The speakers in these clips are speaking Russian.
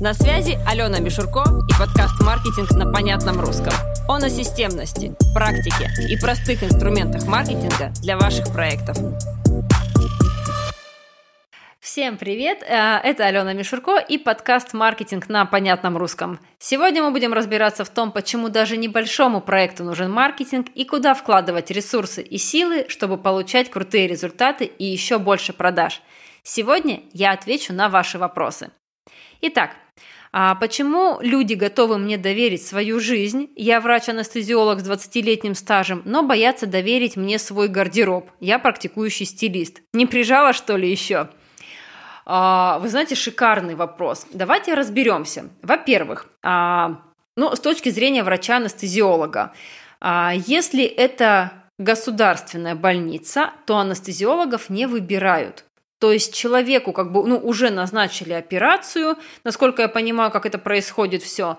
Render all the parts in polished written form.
На связи Алена Мишурко и подкаст «Маркетинг на понятном русском». Он о системности, практике и простых инструментах маркетинга для ваших проектов. Всем привет! Это Алена Мишурко и подкаст «Маркетинг на понятном русском». Сегодня мы будем разбираться в том, почему даже небольшому проекту нужен маркетинг и куда вкладывать ресурсы и силы, чтобы получать крутые результаты и еще больше продаж. Сегодня я отвечу на ваши вопросы. Итак, почему люди готовы мне доверить свою жизнь? Я врач-анестезиолог с 20-летним стажем, но боятся доверить мне свой гардероб. Я практикующий стилист. Не прижала, что ли, еще? Вы знаете, шикарный вопрос. Давайте разберемся. Во-первых, с точки зрения врача-анестезиолога, если это государственная больница, то анестезиологов не выбирают. То есть человеку уже назначили операцию, насколько я понимаю, как это происходит все,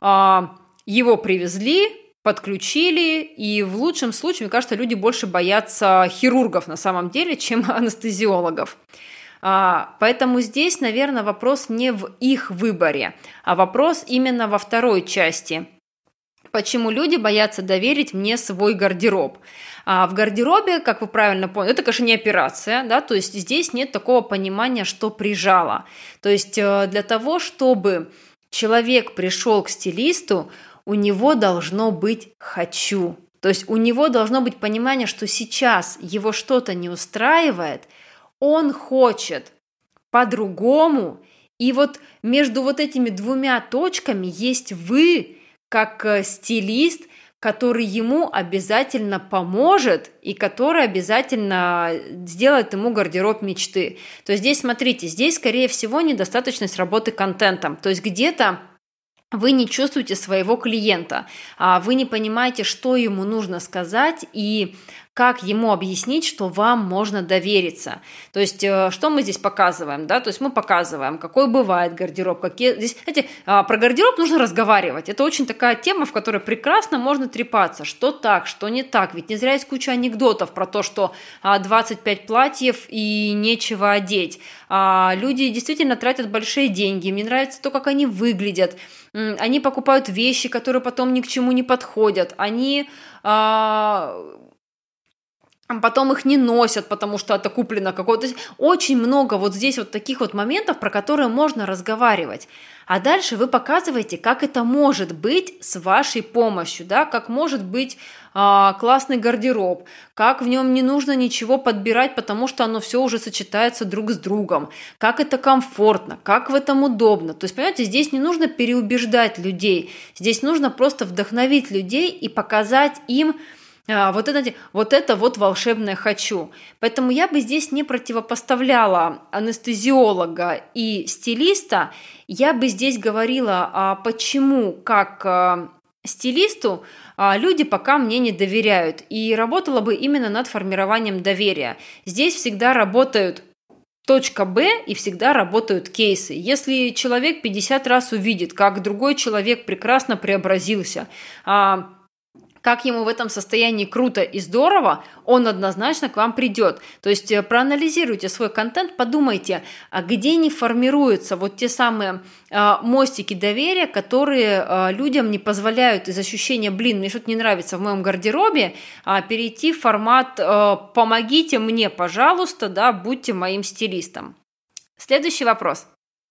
его привезли, подключили, и в лучшем случае, мне кажется, люди больше боятся хирургов на самом деле, чем анестезиологов. Поэтому здесь, наверное, вопрос не в их выборе, а вопрос именно во второй части. Почему люди боятся доверить мне свой гардероб? В гардеробе, как вы правильно поняли, это, конечно, не операция, да, то есть здесь нет такого понимания, что прижало. То есть для того, чтобы человек пришел к стилисту, у него должно быть «хочу». То есть у него должно быть понимание, что сейчас его что-то не устраивает, он хочет по-другому, и вот между этими двумя точками есть вы, как стилист, который ему обязательно поможет и который обязательно сделает ему гардероб мечты. То есть здесь, смотрите, здесь, скорее всего, недостаточность работы контентом. То есть где-то вы не чувствуете своего клиента, вы не понимаете, что ему нужно сказать и как ему объяснить, что вам можно довериться. То есть, что мы здесь показываем, да? То есть мы показываем, какой бывает гардероб, какие... Здесь, знаете, про гардероб нужно разговаривать. Это очень такая тема, в которой прекрасно можно трепаться. Что так, что не так. Ведь не зря есть куча анекдотов про то, что 25 платьев и нечего одеть. Люди действительно тратят большие деньги, им не нравится то, как они выглядят. Они покупают вещи, которые потом ни к чему не подходят. Они... потом их не носят, потому что это куплено какое-то... То есть очень много здесь таких моментов, про которые можно разговаривать. А дальше вы показываете, как это может быть с вашей помощью, да, как может быть классный гардероб, как в нем не нужно ничего подбирать, потому что оно все уже сочетается друг с другом, как это комфортно, как в этом удобно. То есть, понимаете, здесь не нужно переубеждать людей, здесь нужно просто вдохновить людей и показать им, вот это волшебное «хочу». Поэтому я бы здесь не противопоставляла анестезиолога и стилиста. Я бы здесь говорила, почему как стилисту люди пока мне не доверяют. И работала бы именно над формированием доверия. Здесь всегда работают точка Б и всегда работают кейсы. Если человек 50 раз увидит, как другой человек прекрасно преобразился, как ему в этом состоянии круто и здорово, он однозначно к вам придет. То есть проанализируйте свой контент, подумайте, где не формируются те самые мостики доверия, которые людям не позволяют из ощущения мне что-то не нравится в моем гардеробе, перейти в формат «помогите мне, пожалуйста, да, будьте моим стилистом». Следующий вопрос.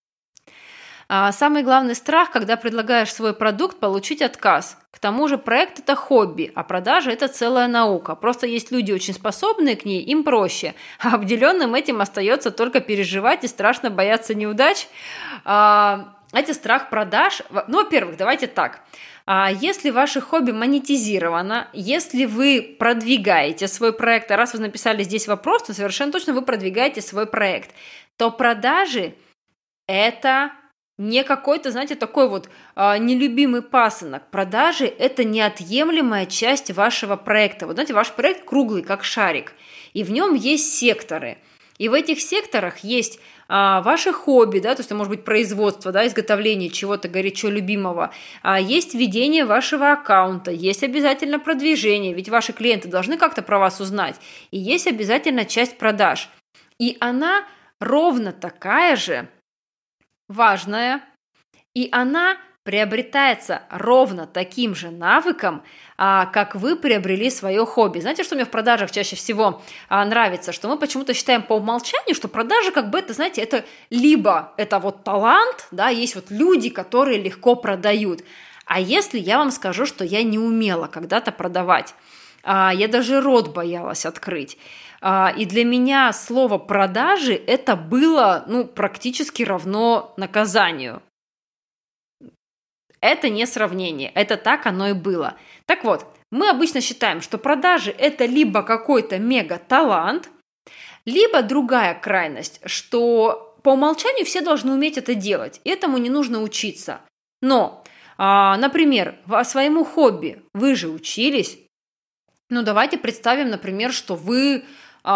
Самый главный страх, когда предлагаешь свой продукт, получить отказ. К тому же проект – это хобби, а продажа – это целая наука. Просто есть люди очень способные к ней, им проще. А обделенным этим остается только переживать и страшно бояться неудач. Это страх продаж. Во-первых, давайте так. Если ваше хобби монетизировано, если вы продвигаете свой проект, а раз вы написали здесь вопрос, то совершенно точно вы продвигаете свой проект, то продажи – это не какой-то, такой нелюбимый пасынок. Продажи – это неотъемлемая часть вашего проекта. Ваш проект круглый, как шарик, и в нем есть секторы. И в этих секторах есть ваше хобби, да, то есть это может быть производство, да, изготовление чего-то горячо любимого, есть ведение вашего аккаунта, есть обязательно продвижение, ведь ваши клиенты должны как-то про вас узнать, и есть обязательно часть продаж. И она ровно такая же важная И она приобретается ровно таким же навыком, как вы приобрели свое хобби. Знаете, что мне в продажах чаще всего нравится? Что мы почему-то считаем по умолчанию, что продажи как бы это, знаете, это либо это вот талант, да, есть вот люди, которые легко продают. А если я вам скажу, что я не умела когда-то продавать, я даже рот боялась открыть. И для меня слово «продажи» это было практически равно наказанию. Это не сравнение, это так оно и было. Так вот, мы обычно считаем, что продажи – это либо какой-то мега-талант, либо другая крайность, что по умолчанию все должны уметь это делать, этому не нужно учиться. Но, например, своему хобби вы же учились. Давайте представим, например, что вы,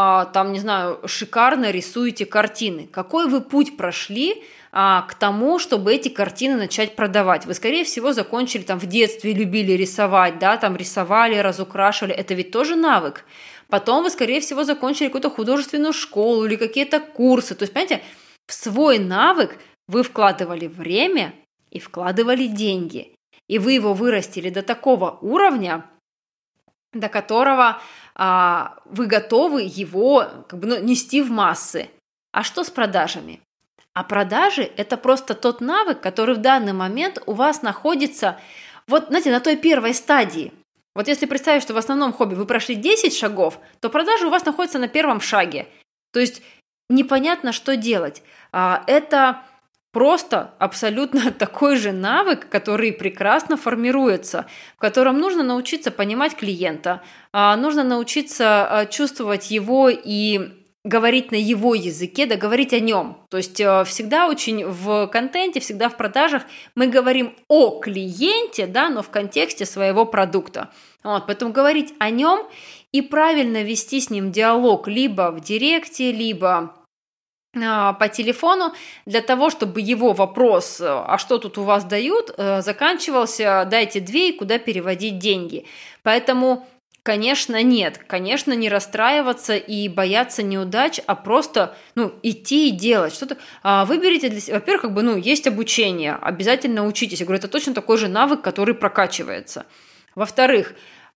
шикарно рисуете картины. Какой вы путь прошли к тому, чтобы эти картины начать продавать? Вы, скорее всего, закончили в детстве, любили рисовать, да, рисовали, разукрашивали. Это ведь тоже навык. Потом вы, скорее всего, закончили какую-то художественную школу или какие-то курсы. То есть, понимаете, в свой навык вы вкладывали время и вкладывали деньги. И вы его вырастили до такого уровня, до которого вы готовы его нести в массы. А что с продажами? А продажи – это просто тот навык, который в данный момент у вас находится на той первой стадии. Вот если представить, что в основном хобби вы прошли 10 шагов, то продажи у вас находятся на первом шаге. То есть непонятно, что делать. Это просто абсолютно такой же навык, который прекрасно формируется, в котором нужно научиться понимать клиента, нужно научиться чувствовать его и говорить на его языке, да говорить о нем. То есть всегда очень в контенте, всегда в продажах мы говорим о клиенте, да, но в контексте своего продукта. Поэтому говорить о нем и правильно вести с ним диалог либо в директе, либо по телефону, для того, чтобы его вопрос, а что тут у вас дают, заканчивался, дайте 2, куда переводить деньги. Поэтому, конечно, нет, конечно, не расстраиваться и бояться неудач, а просто идти и делать что-то. Выберите для себя, во-первых, есть обучение, обязательно учитесь. Я говорю, это точно такой же навык, который прокачивается. Во-вторых,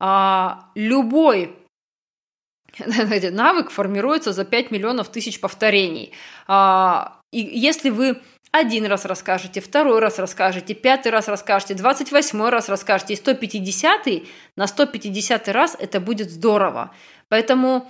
любой навык формируется за 5 миллионов тысяч повторений. И если вы 1 раз расскажете, 2 раз расскажете, 5 раз расскажете, 28 раз расскажете и 150 на 150 раз это будет здорово. Поэтому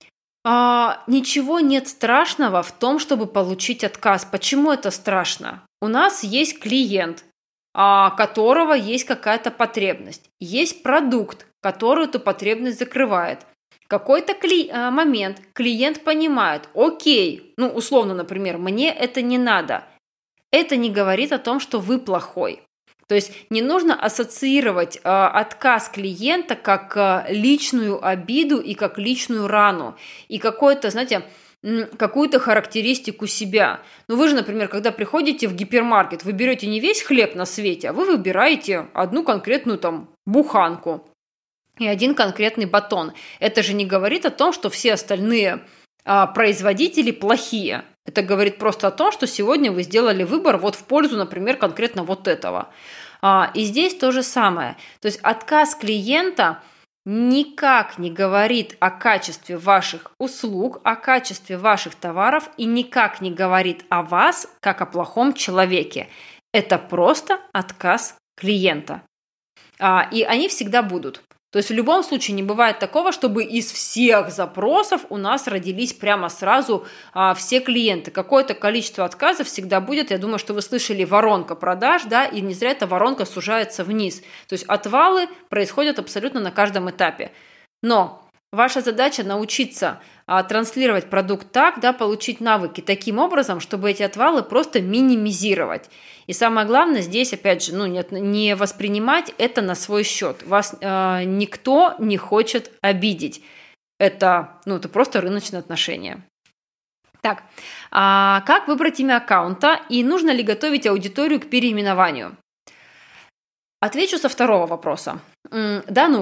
ничего нет страшного в том, чтобы получить отказ. Почему это страшно? У нас есть клиент, у которого есть какая-то потребность. Есть продукт, который эту потребность закрывает. Какой-то момент клиент понимает, окей, условно, например, мне это не надо. Это не говорит о том, что вы плохой. То есть не нужно ассоциировать отказ клиента как личную обиду и как личную рану. И какую-то характеристику себя. Вы же, например, когда приходите в гипермаркет, вы берете не весь хлеб на свете, а вы выбираете одну конкретную буханку и один конкретный батон. Это же не говорит о том, что все остальные производители плохие. Это говорит просто о том, что сегодня вы сделали выбор в пользу, например, конкретно этого. И здесь то же самое. То есть отказ клиента никак не говорит о качестве ваших услуг, о качестве ваших товаров и никак не говорит о вас, как о плохом человеке. Это просто отказ клиента. И они всегда будут. То есть в любом случае не бывает такого, чтобы из всех запросов у нас родились прямо сразу все клиенты. Какое-то количество отказов всегда будет. Я думаю, что вы слышали воронка продаж, да, и не зря эта воронка сужается вниз. То есть отвалы происходят абсолютно на каждом этапе. Но ваша задача научиться транслировать продукт так, да, получить навыки таким образом, чтобы эти отвалы просто минимизировать. И самое главное здесь, опять же, не воспринимать это на свой счет. Вас никто не хочет обидеть. Это просто рыночные отношения. Так, как выбрать имя аккаунта и нужно ли готовить аудиторию к переименованию? Отвечу со второго вопроса. Да, нужно.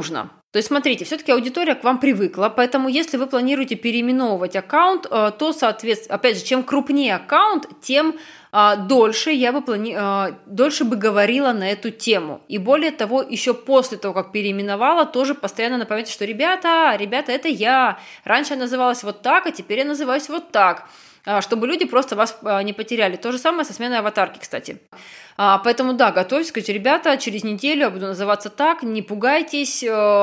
То есть, смотрите, все-таки аудитория к вам привыкла, поэтому если вы планируете переименовывать аккаунт, то, соответственно, опять же, чем крупнее аккаунт, тем дольше дольше бы говорила на эту тему. И более того, еще после того, как переименовала, тоже постоянно напоминайте, что ребята, это я. Раньше я называлась вот так, а теперь я называюсь вот так. Чтобы люди просто вас не потеряли. То же самое со сменой аватарки, кстати. Поэтому, да, готовьтесь, скажите, ребята, через неделю я буду называться так, не пугайтесь,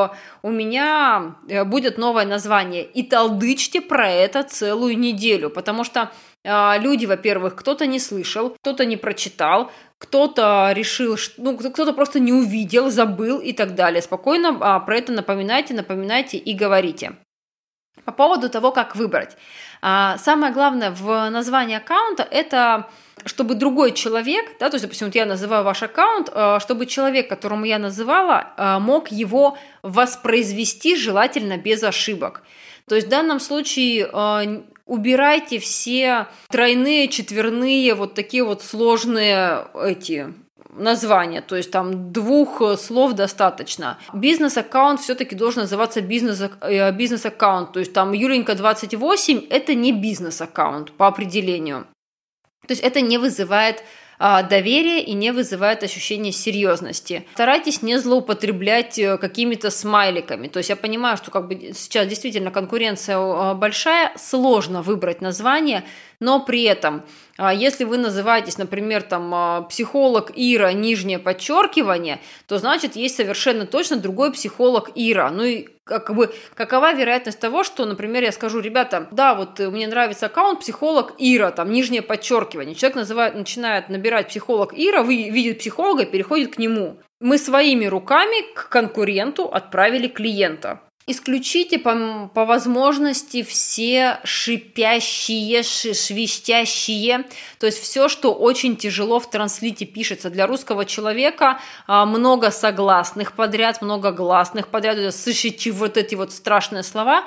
у меня будет новое название. И толдычьте про это целую неделю, потому что люди, во-первых, кто-то не слышал, кто-то не прочитал, кто-то решил, кто-то просто не увидел, забыл и так далее. Спокойно про это напоминайте и говорите. По поводу того, как выбрать. Самое главное в названии аккаунта – это чтобы другой человек, да, то есть, допустим, вот я называю ваш аккаунт, чтобы человек, которому я называла, мог его воспроизвести, желательно без ошибок. То есть в данном случае убирайте все тройные, четверные, вот такие вот сложные названия, то есть там 2 слов достаточно. Бизнес-аккаунт все-таки должен называться бизнес-аккаунт, то есть там Юленька 28 – это не бизнес-аккаунт по определению. То есть это не вызывает доверия и не вызывает ощущения серьезности. Старайтесь не злоупотреблять какими-то смайликами. То есть я понимаю, что сейчас действительно конкуренция большая, сложно выбрать название, но при этом, если вы называетесь, например, там психолог Ира, нижнее подчеркивание, то значит есть совершенно точно другой психолог Ира. Ну и какова вероятность того, что, например, я скажу, ребята, да, вот мне нравится аккаунт психолог Ира, там нижнее подчеркивание. Человек начинает набирать психолог Ира, видит психолога и переходит к нему. Мы своими руками к конкуренту отправили клиента. Исключите по возможности все шипящие, свистящие, то есть все, что очень тяжело в транслите пишется. Для русского человека много согласных подряд, много гласных подряд, слышите вот эти вот страшные слова,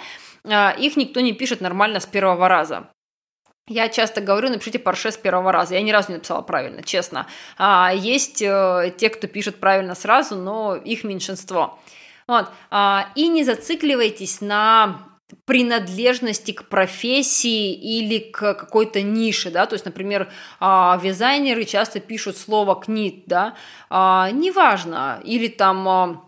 их никто не пишет нормально с первого раза. Я часто говорю, напишите Порше с первого раза. Я ни разу не написала правильно, честно. Есть те, кто пишет правильно сразу, но их меньшинство. Вот. И не зацикливайтесь на принадлежности к профессии или к какой-то нише, да, то есть, например, вязайнеры часто пишут слово «книт», да, неважно, или там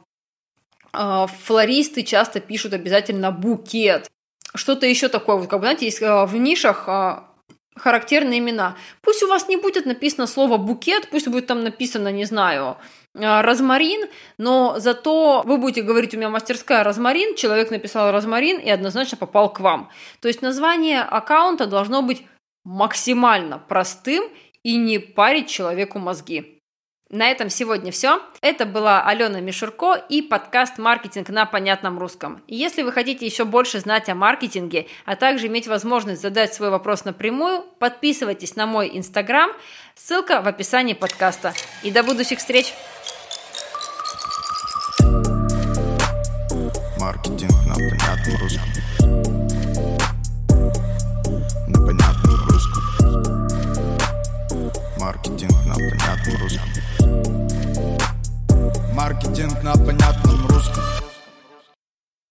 флористы часто пишут обязательно «букет», что-то еще такое, вот, знаете, есть в нишах характерные имена. Пусть у вас не будет написано слово «букет», пусть будет там написано, не знаю, розмарин, но зато вы будете говорить, у меня мастерская розмарин, человек написал розмарин и однозначно попал к вам. То есть название аккаунта должно быть максимально простым и не парить человеку мозги. На этом сегодня все. Это была Алена Мишурко и подкаст «Маркетинг на понятном русском». И если вы хотите еще больше знать о маркетинге, а также иметь возможность задать свой вопрос напрямую, подписывайтесь на мой Инстаграм, ссылка в описании подкаста. И до будущих встреч! Маркетинг на понятном русском. На понятном русском. Маркетинг на понятном русском. Маркетинг на понятном